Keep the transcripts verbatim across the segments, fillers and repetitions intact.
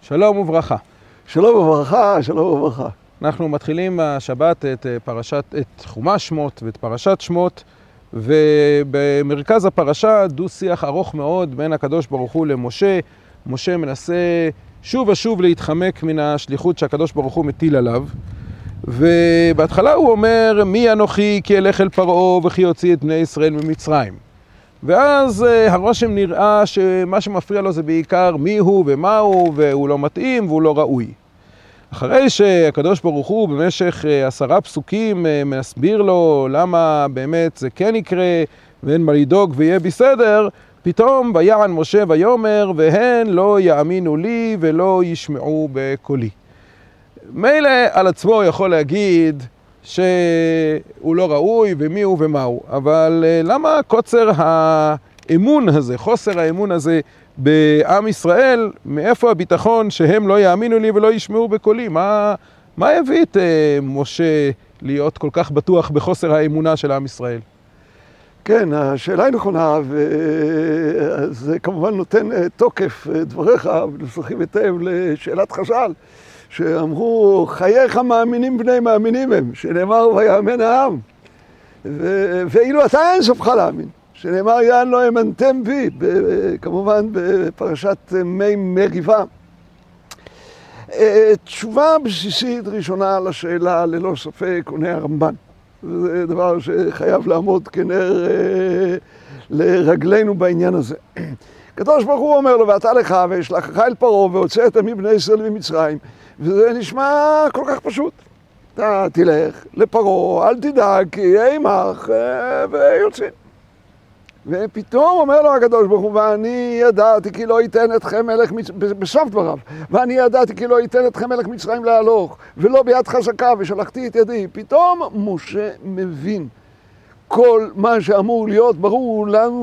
שלום וברכה. שלום וברכה, שלום וברכה. אנחנו מתחילים השבת את פרשת, את חומש שמות ואת פרשת שמות, ובמרכז הפרשה דו שיח ארוך מאוד בין הקדוש ברוך הוא למשה. משה מנסה שוב ושוב להתחמק מן השליחות שהקדוש ברוך הוא מטיל עליו, ובהתחלה הוא אומר, מי אנוכי כי אלך אל פרעה וכי יוציא את בני ישראל ממצרים. ואז הרושם נראה שמה שמפריע לו זה בעיקר מי הוא ומה הוא, והוא לא מתאים והוא לא ראוי. אחרי שהקדוש ברוך הוא במשך עשרה פסוקים מסביר לו למה באמת זה כן יקרה ואין מה לדאוג ויהיה בסדר, פתאום ויען משה ויאמר והן לא יאמינו לי ולא ישמעו בקולי. מילא על עצמו יכול להגיד שהוא לא ראוי ומי הוא ומה הוא, אבל למה קוצר האמון הזה, חוסר האמון הזה בעם ישראל, מאיפה הביטחון שהם לא יאמינו לי ולא ישמעו בקולי? מה, מה הביא את משה להיות כל כך בטוח בחוסר האמונה של עם ישראל? כן, השאלה היא נכונה, וזה כמובן נותן תוקף דבריך, ונוסחים היטב לשאלת חז"ל, שאמרו, חייך מאמינים בני מאמינים הם, שנאמר ויאמן העם. ואילו אתה אין סופך להאמין, שנאמר יען לא האמנתם בי, כמובן בפרשת מי מריבה. תשובה בסיסית ראשונה לשאלה ללא ספק עונה הרמב"ן. זה דבר שחייב לעמוד כנר לרגלינו בעניין הזה. הקדוש ברוך הוא אומר לו, ואתה לך וישלחך אל פרעה והוצאת מבני ישראל ממצרים, וזה נשמע כל כך פשוט. אתה תלך לפרעה, אל תדאג, כי יהיה עמך, ויוצאים. ופתאום אומר לו הקדוש ברוך הוא, ואני ידעתי כי לא ייתן אתכם מלך מצרים, בסוף דבריו, ואני ידעתי כי לא ייתן אתכם מלך מצרים להלוך, ולא ביד חזקה, ושלחתי את ידי. פתאום משה מבין כל מה שאמור להיות ברור לנו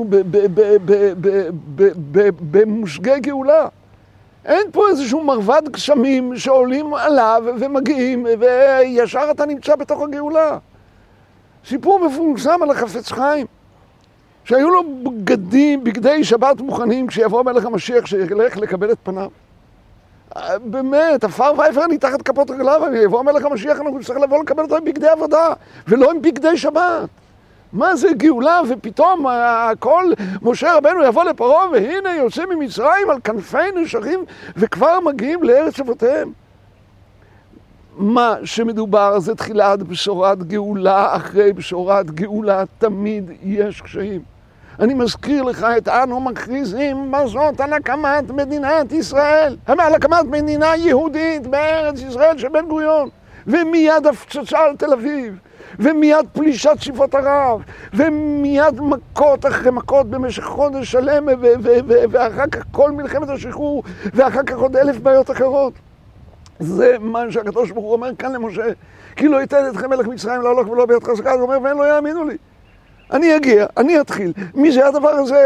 במושגי גאולה. אין פה איזשהו מרבד גשמים שעולים עליו ומגיעים, וישר אתה נמצא בתוך הגאולה. סיפור מפורסם על החפץ חיים, שהיו לו בגדים, בגדי שבת מוכנים כשיבוא מלך המשיח שילך לקבל את פניו. באמת, עפר ואפר אני תחת כפות רגליו, יבוא מלך המשיח, אנחנו נצטרך לבוא לקבל אותו עם בגדי עבודה, ולא עם בגדי שבת. מה זה גאולה? ופתאום הכל, משה רבנו יבוא לפרעה, והנה יוצאים ממצרים על כנפי נשרים, וכבר מגיעים לארץ אבותיהם. מה שמדובר זה תחילת בשורת גאולה, אחרי בשורת גאולה תמיד יש קשיים. אני מזכיר לך את אנו מכריזים בזאת על הקמת מדינת ישראל, על הקמת מדינה יהודית בארץ ישראל של בן גוריון, ומיד הפצצה על תל אביב, ומיד פלישת צבאות ערב, ומיד מכות אחרי מכות במשך חודש שלם, ואחר כך כל מלחמת השחרור, ואחר כך עוד אלף בעיות אחרות. זה מה שהקדוש ברוך הוא אומר כאן למשה, כי לא ייתן אתכם מלך מצרים להלוך ולא ביד חזקה. הוא אומר, והם לא יאמינו לי. אני אגיע, אני אתחיל. מי זה הדבר הזה?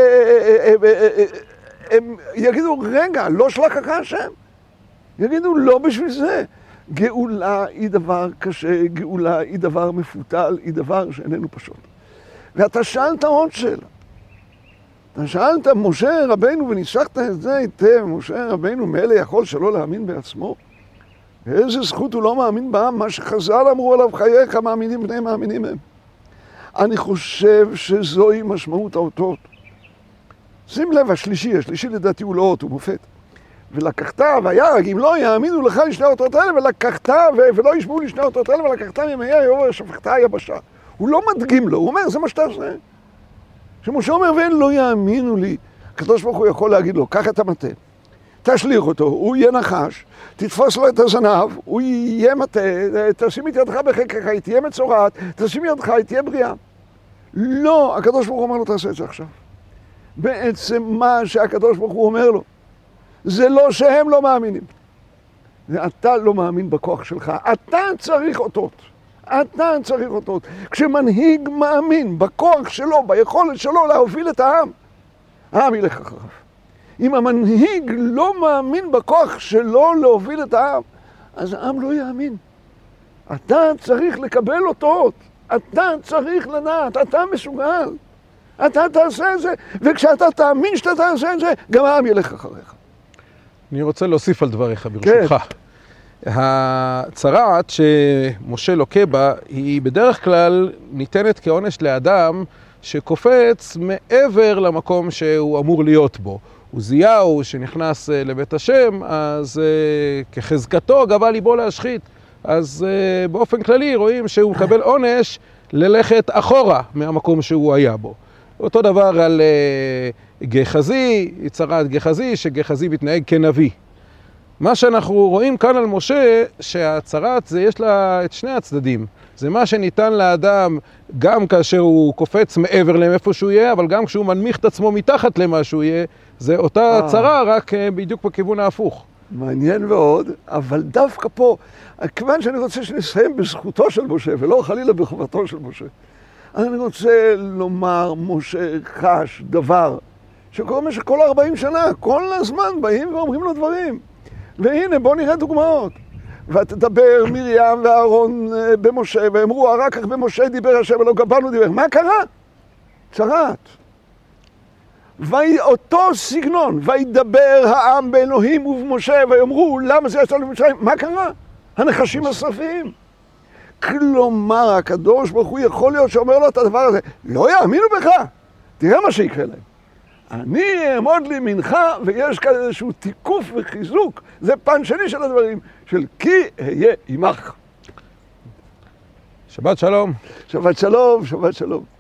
הם יגידו, רגע, לא שלחך השם. יגידו, לא בשביל זה. גאולה היא דבר קשה, גאולה היא דבר מפותל, היא דבר שאיננו פשוט. ואתה שאלת עוד שאלה. אתה שאלת, משה רבנו, וניסחת את זה היטב, משה רבנו מאלה יכול שלא להאמין בעצמו? באיזה זכות הוא לא מאמין בעם? מה שחז"ל אמרו עליו, חייך מאמינים בני מאמינים הם. אני חושב שזוהי משמעות האותות. שים לב, השלישי, השלישי לדעתי הוא לא אות, הוא מופת. ולקחת וירג, אם לא יאמינו לך לשני האותות האלה, ולקחת ולא ישמעו לשני האותות האלה, ולקחת ימי היובר ושפכת היבשה. הוא לא מדגים לו, הוא אומר, זה מה שאתה עושה. שמשה אומר, ואין לא יאמינו לי, הקדוש ברוך הוא יכול להגיד לו, קח את המטה, תשליך אותו, הוא יהיה נחש, תתפוס לו את הזנב, הוא יהיה מטה, תשים את ידך בחיקך, היא תהיה מצורעת, תשים ידך, היא תהיה בריאה. לא, הקדוש ברוך הוא אומר לו, תעשה את זה עכשיו. בעצם מה שהקדוש ברוך הוא אומר לו, זה לא שהם לא מאמינים. ואתה לא מאמין בכוח שלך, אתה צריך אותות. אתה צריך אותות. כשמנהיג מאמין בכוח שלו, ביכולת שלו להוביל את העם, העם ילך אחריו. אם המנהיג לא מאמין בכוח שלו להוביל את העם, אז העם לא יאמין. אתה צריך לקבל אותות. אתה צריך לדעת, אתה מסוגל. אתה תעשה את זה, וכשאתה תאמין שאתה תעשה את זה, גם העם ילך אחריך. אני רוצה להוסיף על דבריך, ברשותך. כן. הצרעת שמשה לוקה בה, היא בדרך כלל ניתנת כעונש לאדם שקופץ מעבר למקום שהוא אמור להיות בו. עוזיהו שנכנס לבית השם, אז כחזקתו גבה ליבו להשחית. אז באופן כללי רואים שהוא מקבל עונש ללכת אחורה מהמקום שהוא היה בו. אותו דבר על גחזי, צרעת גחזי, שגחזי מתנהג כנביא. מה שאנחנו רואים כאן על משה, שהצרעת זה יש לה את שני הצדדים. זה מה שניתן לאדם גם כאשר הוא קופץ מעבר לאיפה שהוא יהיה, אבל גם כשהוא מנמיך את עצמו מתחת למה שהוא יהיה, זה אותה צרה, רק בדיוק בכיוון ההפוך. מעניין מאוד, אבל דווקא פה, כיוון שאני רוצה שנסיים בזכותו של משה, ולא חלילה בחובתו של משה, אני רוצה לומר, משה חש דבר שקורה במשך כל ארבעים שנה, כל הזמן באים ואומרים לו דברים. והנה, בוא נראה דוגמאות. ותדבר מרים ואהרון במשה, ואמרו, רק כך במשה דיבר השם, ולא גבנו דיבר. מה קרה? צרעת. ואותו סגנון, וידבר העם באלוהים ובמשה, ויאמרו, למה זה יצא למצרים? מה קרה? הנחשים השרפיים. כלומר, הקדוש ברוך הוא יכול להיות שאומר לו את הדבר הזה, לא יאמינו בך, תראה מה שיקרה להם. אני אעמוד לימינך, ויש כאן איזשהו תיקוף וחיזוק, זה פן שני של הדברים, של כי אהיה עמך. שבת שלום. שבת שלום, שבת שלום.